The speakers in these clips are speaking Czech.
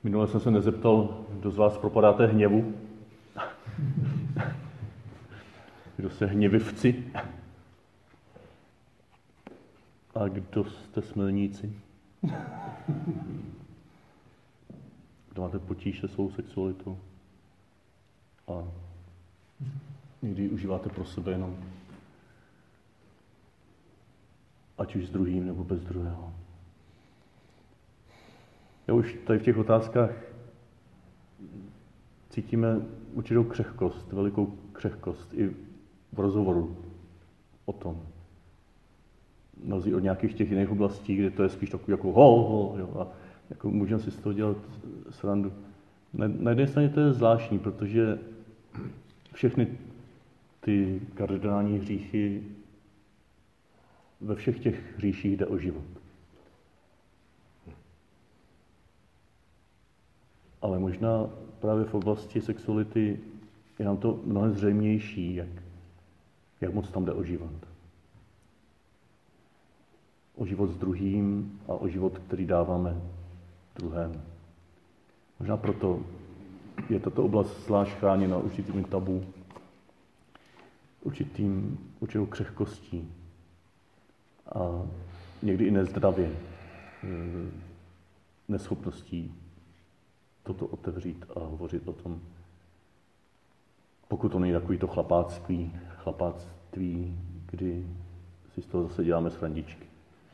Minule jsem se nezeptal, kdo z vás propadáte hněvu. Kdo jste hněvivci? A kdo jste smilníci? Kdo máte potíž se svou sexualitou? A někdy užíváte pro sebe jenom, ať už s druhým nebo bez druhého. Já už tady v těch otázkách cítíme určitou křehkost, velikou křehkost i v rozhovoru o tom. Mnozí od nějakých těch jiných oblastí, kde to je spíš takový jako jo, a jako můžeme si z toho dělat srandu. Na jedné straně to je zvláštní, protože všechny ty kardinální hříchy, ve všech těch hříších jde o život. Ale možná právě v oblasti sexuality je nám to mnohem zřejmější, jak moc tam jde o život. O život s druhým a o život, který dáváme druhému. Možná proto je tato oblast zvlášť chráněna určitým tabu, určitou křehkostí a někdy i nezdravě, neschopností toto otevřít a hovořit o tom. Pokud to není takový to chlapáctví, kdy si z toho zase děláme srandičky.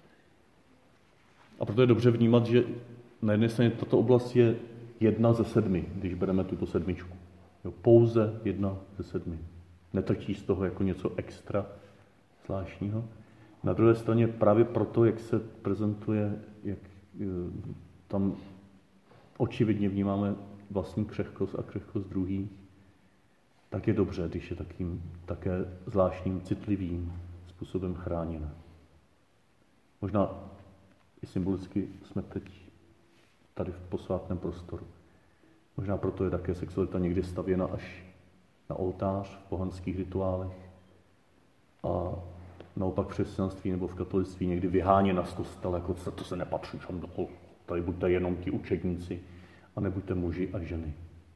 A proto je dobře vnímat, že na jedné straně tato oblast je 1 ze 7, když bereme tuto 7. Jo, pouze 1 ze 7. Netrčí z toho jako něco extra zvláštního. Na druhé straně právě proto, jak se prezentuje, jak tam očividně vnímáme vlastní křehkost a křehkost druhých, tak je dobře, když je také zvláštním, citlivým způsobem chráněna. Možná i symbolicky jsme teď tady v posvátném prostoru. Možná proto je také sexualita někdy stavěna až na oltář v pohanských rituálech a naopak v křesťanství nebo v katolictví někdy vyháněna z kostela, jako to se nepatří, tady buďte jenom ti učedníci a nebuďte muži a ženy.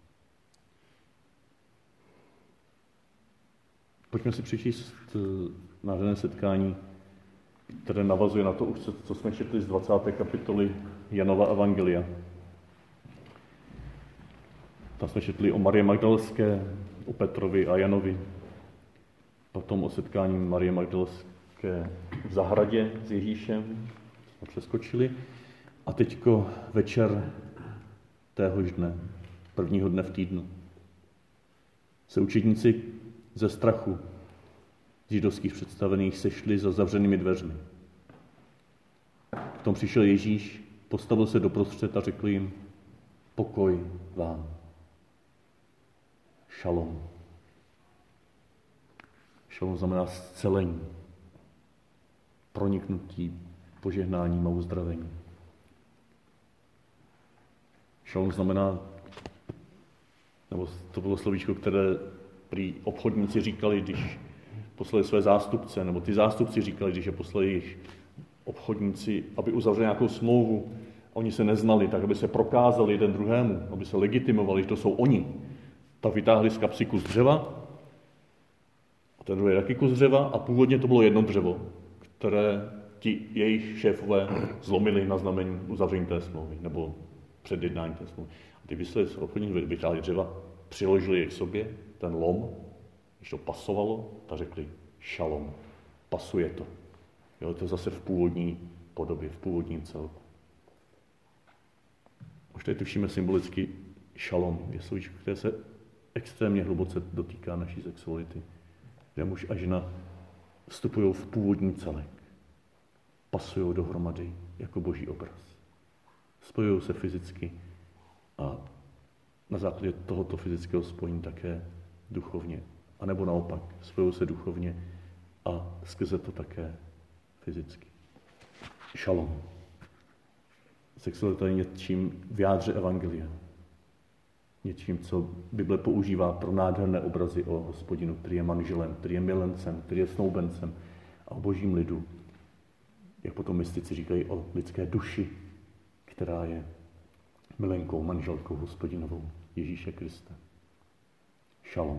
Pojďme si přečíst nádherné setkání, které navazuje na to, co jsme četli z 20. kapitoly Janova evangelia. Tam jsme četli o Marii Magdalské, o Petrovi a Janovi, potom o setkání Marie Magdalské v zahradě s Ježíšem, jsme přeskočili, a teďko večer téhož dne, prvního dne v týdnu, se učedníci ze strachu z židovských představených sešli za zavřenými dveřmi. V tom přišel Ježíš, postavil se doprostřed a řekl jim: pokoj vám. Šalom. Šalom znamená zcelení, proniknutí požehnáním a uzdravení. Šalom znamená, nebo to bylo slovíčko, které prý obchodníci říkali, když poslali své zástupce, nebo ty zástupci říkali, když je poslali jejich obchodníci, aby uzavřeli nějakou smlouvu, oni se neznali, tak aby se prokázali jeden druhému, aby se legitimovali, že to jsou oni. Tak vytáhli z kapsy kus dřeva, a ten druhý taky kus dřeva, a původně to bylo jedno dřevo, které ti jejich šéfové zlomili na znamení uzavření té smlouvy, nebo předjednání té smlouvy. A ty obchodníci vytáhli dřeva, přiložili je k sobě, ten lom, když to pasovalo, tak řekli šalom, pasuje to. Jo, to je zase v původní podobě, v původním celku. Už tady tušíme symbolicky šalom, je slovíčko, které se extrémně hluboce dotýká naší sexuality, kde muž a žena vstupují v původní celek, pasují dohromady jako boží obraz. Spojují se fyzicky a na základě tohoto fyzického spojení také duchovně. A nebo naopak, spojují se duchovně a skrze to také fyzicky. Šalom. Sexualita je něčím v jádře evangelia. Něčím, co Bible používá pro nádherné obrazy o Hospodinu, který je manželem, který je milencem, který je snoubencem a o božím lidu. Jak potom mystici říkají o lidské duši, která je milenkou, manželkou Hospodinovou Ježíše Krista. Šalom.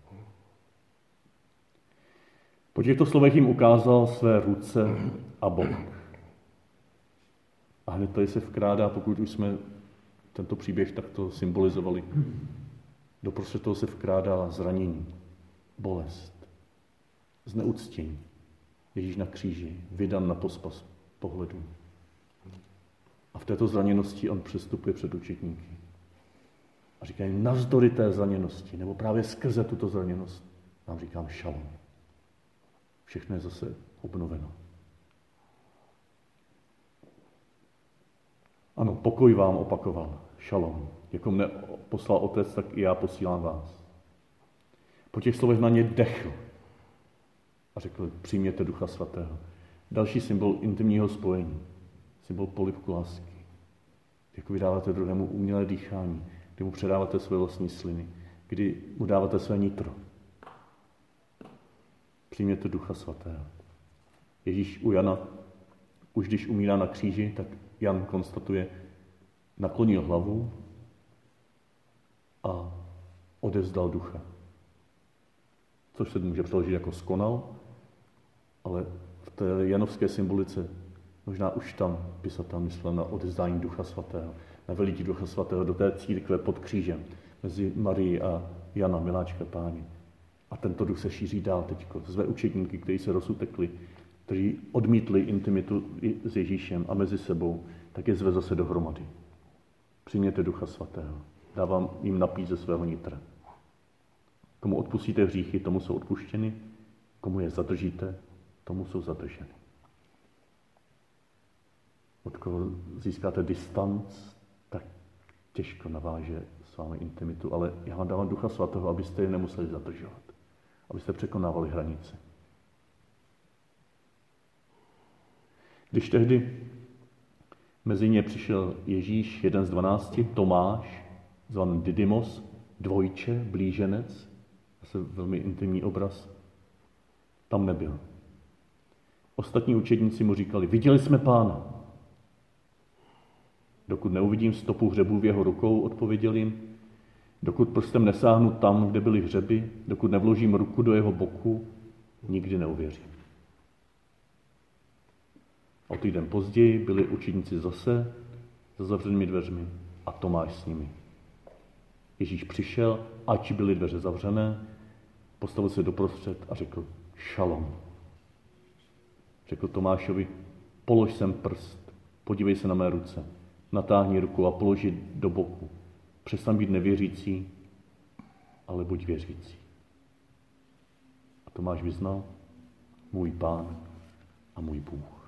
Po těchto slovech jim ukázal své ruce a bok. A hned tady se vkrádá, pokud už jsme tento příběh takto symbolizovali, doprostřed toho se vkrádá zranění, bolest, zneuctění. Ježíš na kříži, vydan na pospas pohledu. A v této zraněnosti on přestupuje před učetníky. A říká jim, navzdory té zraněnosti, nebo právě skrze tuto zraněnost, vám říkám šalom. Všechno je zase obnoveno. Ano, pokoj vám opakoval, šalom. Jako mne poslal Otec, tak i já posílám vás. Po těch slovech na ně dechl a řekl, přijměte Ducha Svatého. Další symbol intimního spojení, symbol polibku lásky. Jako vydáváte druhému umělé dýchání, kdy mu předáváte své vlastní sliny, kdy mu dáváte své nitro. Přijměte Ducha Svatého. Ježíš u Jana, už když umírá na kříži, tak Jan konstatuje, naklonil hlavu a odevzdal ducha. Což se může přeložit jako skonal, ale v té janovské symbolice možná už tam pisatel myslel na odevzdání Ducha Svatého, na velití Ducha Svatého do té církve pod křížem mezi Marií a Jana, miláčka Páně. A tento duch se šíří dál teďko. Zve učedníky, kteří se rozutekli, kteří odmítli intimitu s Ježíšem a mezi sebou, tak je zve zase dohromady. Přijměte Ducha Svatého. Dávám jim napít ze svého nitra. Komu odpustíte hříchy, tomu jsou odpuštěny. Komu je zadržíte, tomu jsou zadrženy. Od koho získáte distanc, tak těžko naváže s vámi intimitu, ale já vám dávám Ducha Svatého, abyste je nemuseli zadržovat. Abyste překonávali hranice. Když tehdy mezi ně přišel Ježíš, jeden z 12, Tomáš, zvaný Didymos, dvojče, blíženec, zase velmi intimní obraz, tam nebyl. Ostatní učedníci mu říkali, viděli jsme Pána. Dokud neuvidím stopu hřebů v jeho rukou, odpověděl jim, dokud prstem nesáhnu tam, kde byly hřeby, dokud nevložím ruku do jeho boku, nikdy neuvěřím. O týden později byli učedníci zase za zavřenými dveřmi a Tomáš s nimi. Ježíš přišel, ač byly dveře zavřené, postavil se doprostřed a řekl šalom. Řekl Tomášovi, polož sem prst, podívej se na mé ruce, natáhni ruku a položi do boku. Přestaň být nevěřící, ale buď věřící. A Tomáš vyznal, můj Pán a můj Bůh.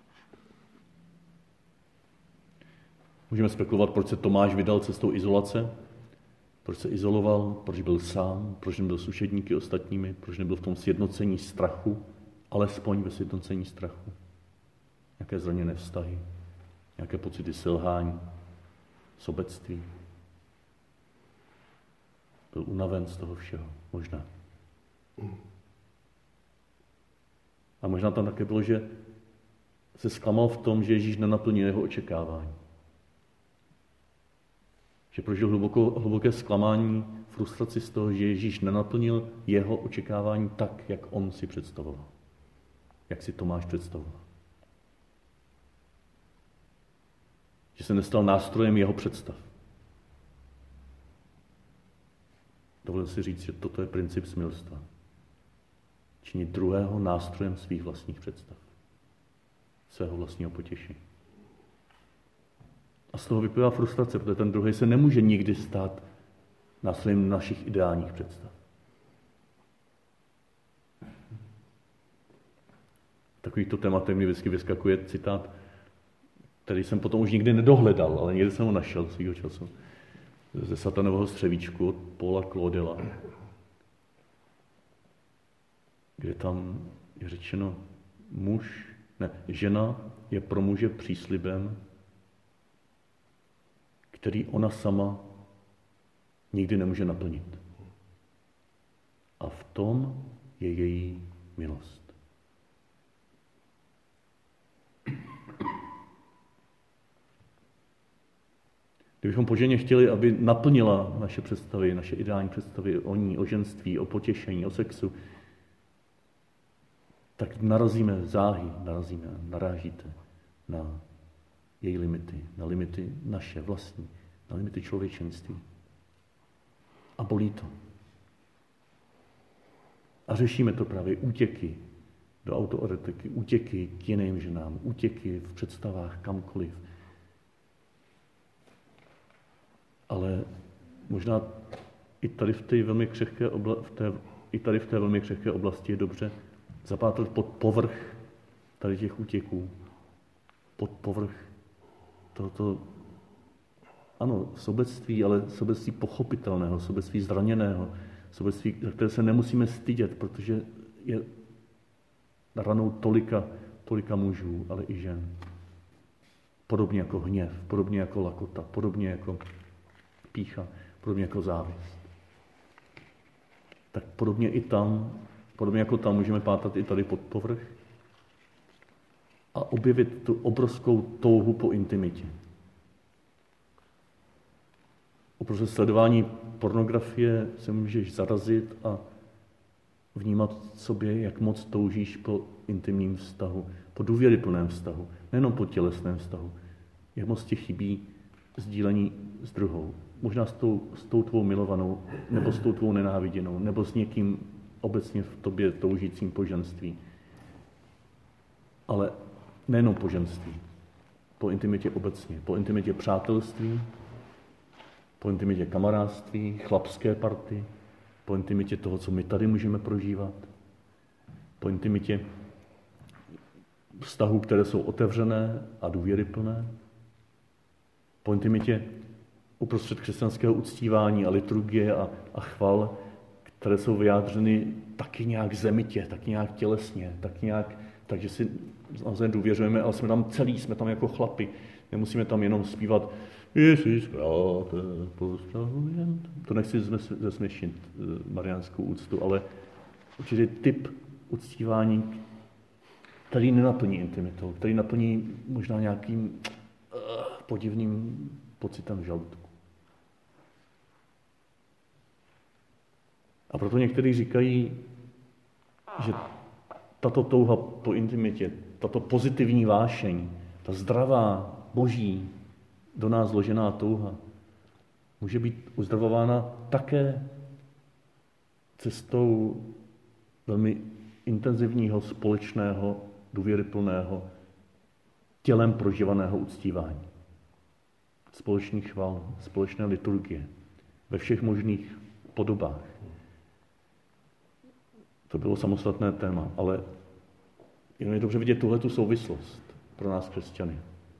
Můžeme spekulovat, proč se Tomáš vydal cestou izolace, proč se izoloval, proč byl sám, proč nebyl s učedníky ostatními, proč nebyl v tom sjednocení strachu, alespoň ve sjednocení strachu. Nějaké zraněné vztahy, nějaké pocity selhání, sobectví. Byl unaven z toho všeho, možná. A možná tam také bylo, že se zklamal v tom, že Ježíš nenaplnil jeho očekávání. Že prožil hluboké zklamání, frustraci z toho, že Ježíš nenaplnil jeho očekávání tak, jak on si představoval. Jak si Tomáš představoval. Že se nestal nástrojem jeho představ. Dovolím si říct, že toto je princip smilstva. Činit druhého nástrojem svých vlastních představ. Svého vlastního potěšení. A z toho vyplývá frustrace, protože ten druhý se nemůže nikdy stát nástrojem našich ideálních představ. Takovýchto tématem mi vždycky vyskakuje citát, který jsem potom už nikdy nedohledal, ale někdy jsem ho našel svýho času. Ze Satanového střevíčku od Paula Claudela, kde tam je řečeno, žena je pro muže příslibem, který ona sama nikdy nemůže naplnit. A v tom je její milost. Kdybychom po ženě chtěli, aby naplnila naše představy, naše ideální představy o ní, o ženství, o potěšení, o sexu, tak narážíte na její limity, na limity naše vlastní, na limity člověčenství. A bolí to. A řešíme to právě útěky do autoeretiky, útěky k jiným ženám, útěky v představách kamkoliv. Ale možná i tady v té velmi křehké oblasti je dobře zapátrat pod povrch tady těch útěků, pod povrch tohoto, ano, sobectví, ale sobectví pochopitelného, sobectví zraněného, sobectví, za které se nemusíme stydět, protože je ranou tolika mužů, ale i žen. Podobně jako hněv, podobně jako lakota, podobně jako pýcha, podobně jako závist. Tak podobně jako tam můžeme pátrat i tady pod povrch a objevit tu obrovskou touhu po intimitě. Uprostřed sledování pornografie se můžeš zarazit a vnímat sobě, jak moc toužíš po intimním vztahu, po důvěryplném vztahu, nejenom po tělesném vztahu. Jak moc ti chybí sdílení s druhou. Možná s tou tvou milovanou, nebo s tou tvou nenáviděnou, nebo s někým obecně v tobě toužícím po ženství. Ale nejenom po ženství, po intimitě obecně, po intimitě přátelství, po intimitě kamarádství, chlapské party, po intimitě toho, co my tady můžeme prožívat, po intimitě vztahů, které jsou otevřené a důvěryplné, po intimitě uprostřed křesťanského uctívání a liturgie a chval, které jsou vyjádřeny taky nějak zemitě, taky nějak tělesně, takže si naozaj důvěřujeme, ale jsme tam celí, jsme tam jako chlapi. Nemusíme tam jenom zpívat Ježíš, pozdravujem. To nechci zesměšnit mariánskou úctu, ale určitě typ uctívání, který nenaplní intimitou, který naplní možná nějakým podivným pocitem v žaludku. A proto někteří říkají, že tato touha po intimitě, tato pozitivní vášeň, ta zdravá, boží, do nás zložená touha, může být uzdravována také cestou velmi intenzivního, společného, důvěryplného, tělem prožívaného uctívání. Společný chval, společné liturgie, ve všech možných podobách. To bylo samostatné téma, ale jenom je dobře vidět tuhletu souvislost pro nás křesťany.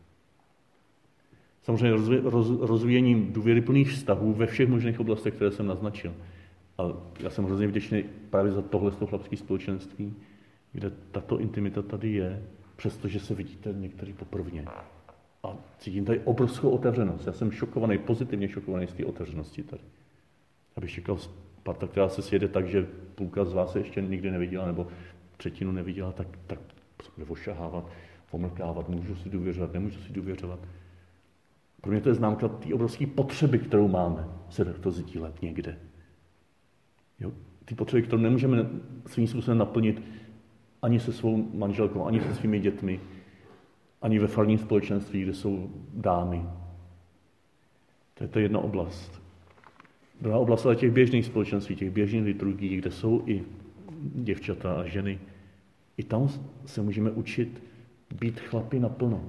Samozřejmě rozvíjením důvěryplných vztahů ve všech možných oblastech, které jsem naznačil. A já jsem hrozně vděčný právě za tohle chlapské společenství, kde tato intimita tady je, přestože se vidíte někteří poprvně. A cítím tady obrovskou otevřenost. Já jsem šokovaný, pozitivně šokovaný z té otevřenosti tady. Abych čekal parta, která se sjede tak, že půlka z vás se ještě nikdy neviděla, nebo třetinu neviděla, tak bude ošahávat, pomlkávat, můžu si důvěřovat, nemůžu si důvěřovat. Pro mě to je známka té obrovské potřeby, kterou máme se to sdílet někde. Jo? Ty potřeby, kterou nemůžeme svým způsobem naplnit ani se svou manželkou, ani se svými dětmi, ani ve farním společenství, kde jsou dámy. To je jedna oblast. Druhá oblast ale těch běžných společenství, těch běžných liturgií, kde jsou i děvčata a ženy. I tam se můžeme učit být chlapi naplno.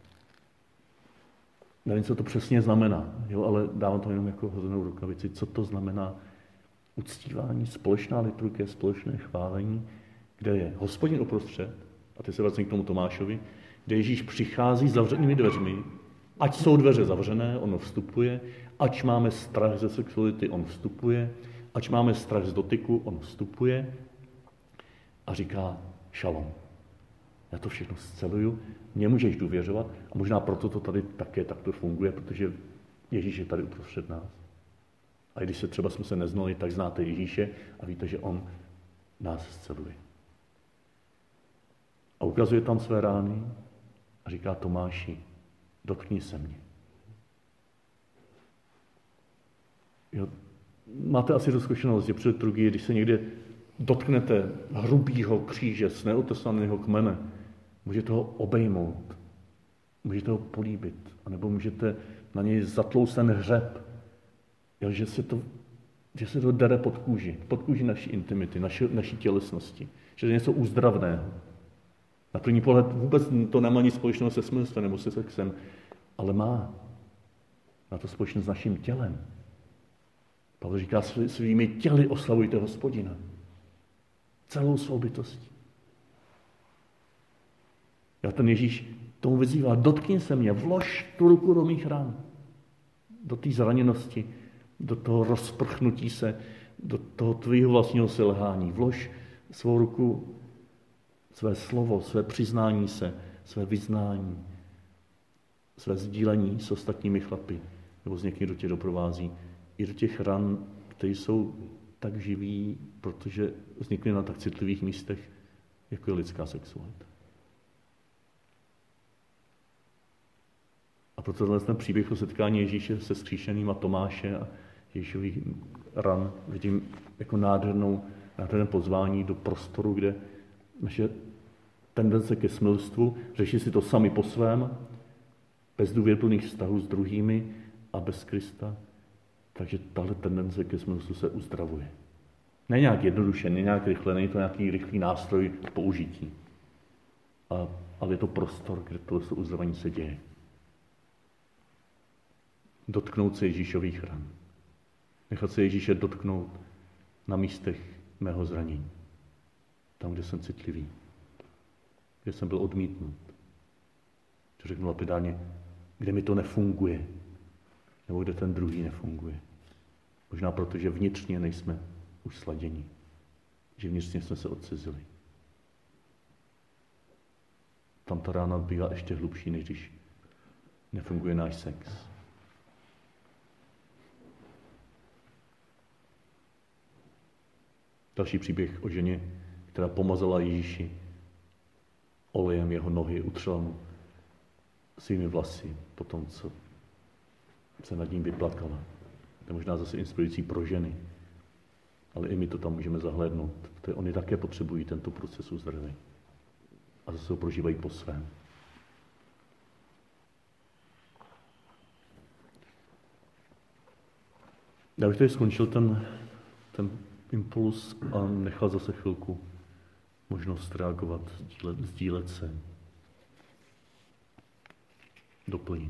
Nevím, co to přesně znamená, jo, ale dávám to jenom jako hozenou rukavici. Co to znamená uctívání, společná liturgie, společné chválení, kde je Hospodin uprostřed, a teď se vracím k tomu Tomášovi, kde Ježíš přichází s zavřenými dveřmi, ať jsou dveře zavřené, on vstupuje, ať máme strach ze sexuality, on vstupuje, ať máme strach z dotyku, on vstupuje a říká šalom. Já to všechno sceluju, mě můžeš důvěřovat a možná proto to tady také takto funguje, protože Ježíš je tady uprostřed nás. A když se třeba jsme se neznali, tak znáte Ježíše a víte, že on nás sceluje. A ukazuje tam své rány a říká Tomáši, dotkni se mě. Jo. Máte asi tu zkušenost, že při liturgii, když se někde dotknete hrubýho kříže z neotesaného kmene, můžete ho obejmout, můžete ho políbit, anebo můžete na něj zatlouct ten hřeb, jo, že se to dere pod kůži naší intimity, naší tělesnosti, že to je něco úzdravného. Na první pohled vůbec to nemá nic společného se smyslem nebo se sexem, ale má na to společné s naším tělem. Pavel říká, svými těly oslavujte Hospodina. Celou svou bytostí. A ten Ježíš tomu vyzývá, dotkni se mě, vlož tu ruku do mých ran. Do té zraněnosti, do toho rozprchnutí se, do toho tvýho vlastního selhání. Vlož svou ruku, své slovo, své přiznání se, své vyznání, své sdílení s ostatními chlapy, nebo s někým, kdo tě doprovází, i do těch ran, které jsou tak živý, protože vznikly na tak citlivých místech, jako je lidská sexualita. A proto ten příběh o setkání Ježíše se vzkříšeným a Tomáše a Ježíšových ran vidím jako nádherné pozvání do prostoru, kde naše tendence ke smilstvu, řeší si to sami po svém, bez důvěryplných vztahů s druhými a bez Krista, takže tahle tendence ke smilstvu se uzdravuje. Ne nějak jednoduše, ne nějak rychle, není to nějaký rychlý nástroj k použití, ale je to prostor, kde tohle uzdravení se děje. Dotknout se Ježíšových ran. Nechat se Ježíše dotknout na místech mého zranění. Tam, kde jsem citlivý. Kde jsem byl odmítnut. Že řeknu lapidárně, kde mi to nefunguje. Nebo kde ten druhý nefunguje. Možná proto, že vnitřně nejsme už sladěni. Že vnitřně jsme se odcizili. Tam ta rána bývá ještě hlubší, než když nefunguje náš sex. Další příběh o ženě, která pomazala Ježíši olejem jeho nohy, utřela mu svými vlasy po tom, co se nad ním vyplakala. To je možná zase inspirující pro ženy, ale i my to tam můžeme zahlédnout, protože oni také potřebují tento proces uzdravení a zase ho prožívají po svém. Já bych tady skončil ten impuls a nechal zase chvilku možnost reagovat, sdílet se, doplnit.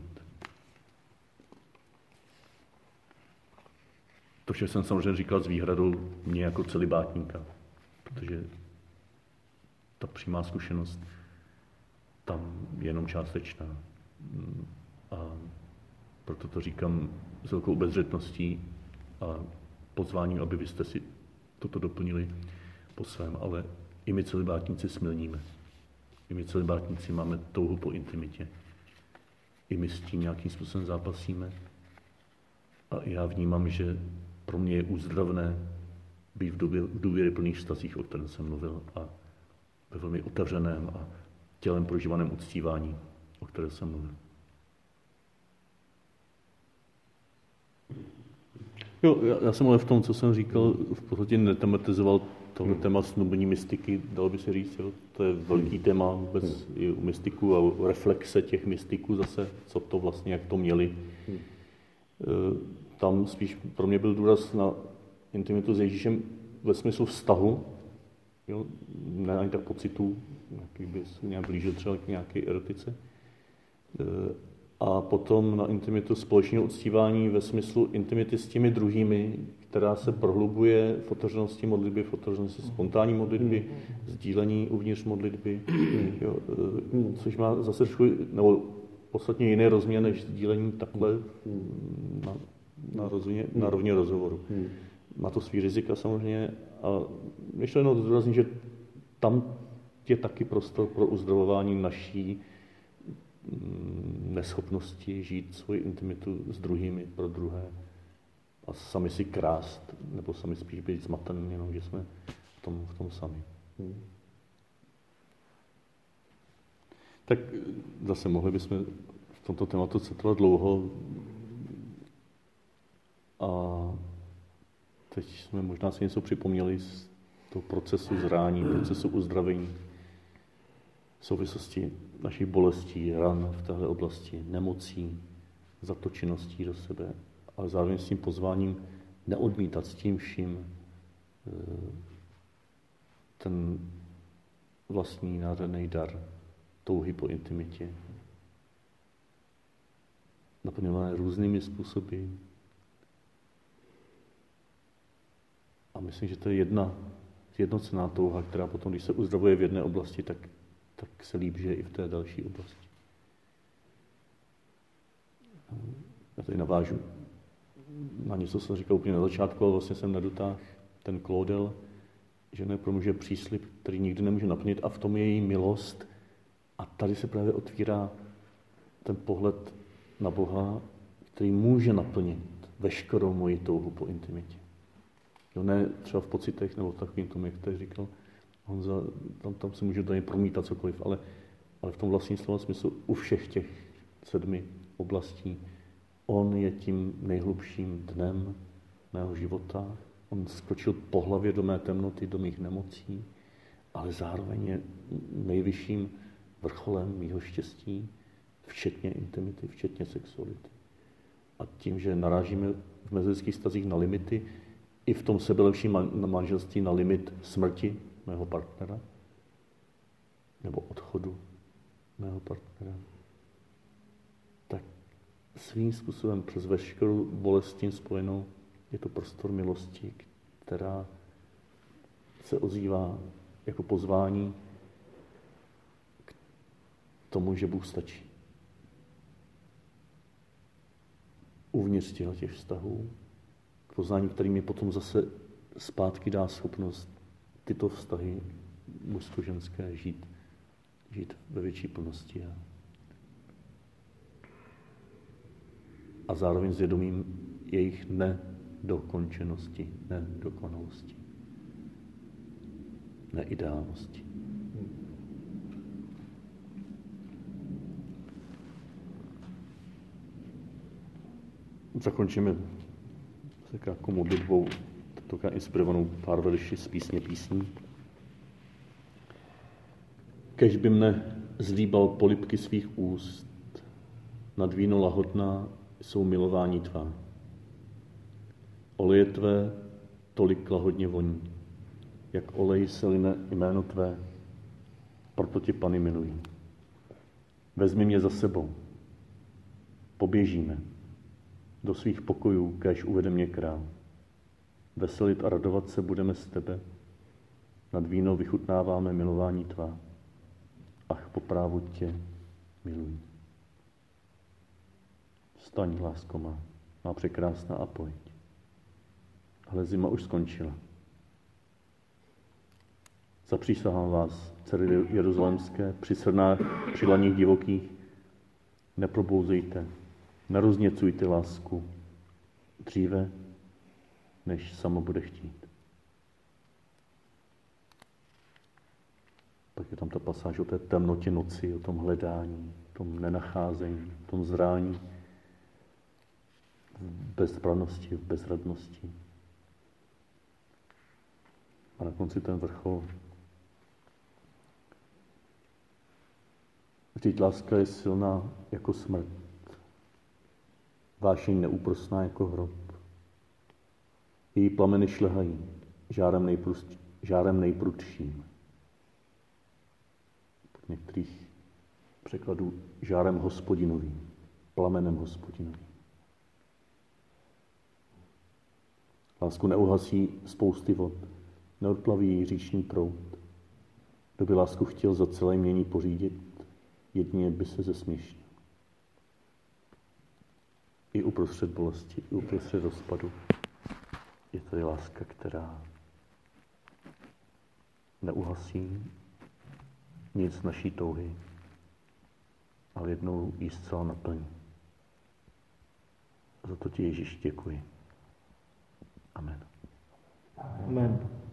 To vše jsem samozřejmě říkal s výhradou mě jako celibátníka, protože ta přímá zkušenost tam je jenom částečná. A proto to říkám s velkou obezřetností a pozváním, aby vy jste si toto doplnili po svém, ale i my celibátníci smilníme. I my celibátníci máme touhu po intimitě. I my s tím nějakým způsobem zápasíme. A já vnímám, že pro mě je úzdravné být v důvěryplných vztazích, o kterém jsem mluvil, a ve velmi otevřeném a tělem prožívaném uctívání, o kterém jsem mluvil. Jo, já jsem ale v tom, co jsem říkal, v podstatě netematizoval tohle téma snubení mystiky, dalo by se říct, jo? To je velký téma vůbec i u mystiků a reflexe těch mystiků zase, co to vlastně, jak to měli. Tam spíš pro mě byl důraz na intimitu s Ježíšem ve smyslu vztahu, jo? Ne ani tak pocitů, jaký by se nějak blížil třeba k nějaké erotice. A potom na intimitu společného uctívání ve smyslu intimity s těmi druhými, která se prohlubuje v otevřenosti modlitby, v otevřenosti spontánní modlitby, sdílení uvnitř modlitby, jo, což má zase nebo podstatně jiný rozměr než sdílení takhle na rovně rozhovoru. Má to svý rizika samozřejmě a ještě jenom zdůrazním, že tam je taky prostor pro uzdravování naší neschopnosti žít svoji intimitu s druhými pro druhé a sami si krást, nebo sami spíš být zmatený, jenom že jsme v tom sami. Tak zase mohli bychom v tomto tématu citovat dlouho a teď jsme možná si něco připomněli z toho procesu zrání, procesu uzdravení, v souvislosti našich bolestí, ran v této oblasti, nemocí, zatočeností do sebe, ale zároveň s tím pozváním neodmítat s tím vším ten vlastní nádherný dar touhy po intimitě, naplňované různými způsoby. A myslím, že to je jednocená touha, která potom, když se uzdravuje v jedné oblasti, tak se líp žije i v té další oblasti. Já tady navážu na něco, co jsem říkal úplně na začátku, ale vlastně jsem nedotáhl ten Claudel, že ne pro muže příslib, který nikdy nemůže naplnit, a v tom je její milost. A tady se právě otvírá ten pohled na Boha, který může naplnit veškerou moji touhu po intimitě. Jo, ne třeba v pocitech nebo takovým tomu, jak tady říkal Honza, tam se může tady promítat cokoliv, ale v tom vlastním slova smyslu u všech těch 7 oblastí on je tím nejhlubším dnem mého života. On skočil po hlavě do mé temnoty, do mých nemocí, ale zároveň je nejvyšším vrcholem mýho štěstí, včetně intimity, včetně sexuality. A tím, že narážíme v mezilidských vztazích na limity, i v tom sebelepším manželství na limit smrti mého partnera nebo odchodu mého partnera, tak svým způsobem přes veškerou bolest s tím spojenou je to prostor milosti, která se ozývá jako pozvání k tomu, že Bůh stačí. Uvnitř těch vztahů, k poznání, který mi potom zase zpátky dá schopnost tyto vztahy mužsko-ženské žít ve větší plnosti. A zároveň s vědomím jejich nedokončenosti, nedokonalosti, neideálnosti. Zakončíme takovou modlitbou, taková inspirovanou pár verši z písně písní. Kež by mne zlíbal polibky svých úst, nad víno lahodná jsou milování tvá. Oleje tvé tolik lahodně voní, jak olej se line jméno tvé, proto tě, Pane, miluji. Vezmi mě za sebou, poběžíme do svých pokojů, kéž uvede mě král. Veselit a radovat se budeme z tebe, nad víno vychutnáváme milování tvá. Ach, po právu tě miluji. Vstaň, lásko má překrásná, a pojď. Ale zima už skončila. Zapřísahám vás, dcery jeruzalémské, při srnách, při laních divokých, neprobouzejte, nerozněcujte lásku dříve, než sama bude chtít. Pak je tam ta pasáž o té temnotě noci, o tom hledání, o tom nenacházení, o tom zrání, v bezbranosti, v bezradnosti. A na konci ten vrchol. Vždyť láska je silná jako smrt, vášeň neúprosná jako hrob. Její plameny šlehají žárem nejprudším. Pod některých překladů žárem hospodinovým, plamenem hospodinovým. Lásku neuhasí spousty vod, neodplaví její říční proud. Kdo by lásku chtěl za celé mění pořídit, jedině by se zesměšnil. I uprostřed bolesti, i uprostřed rozpadu je tady láska, která neuhasí nic naší touhy, ale jednou ji zcela naplní. Za to ti, Ježíš, děkuji. Amen. Amen.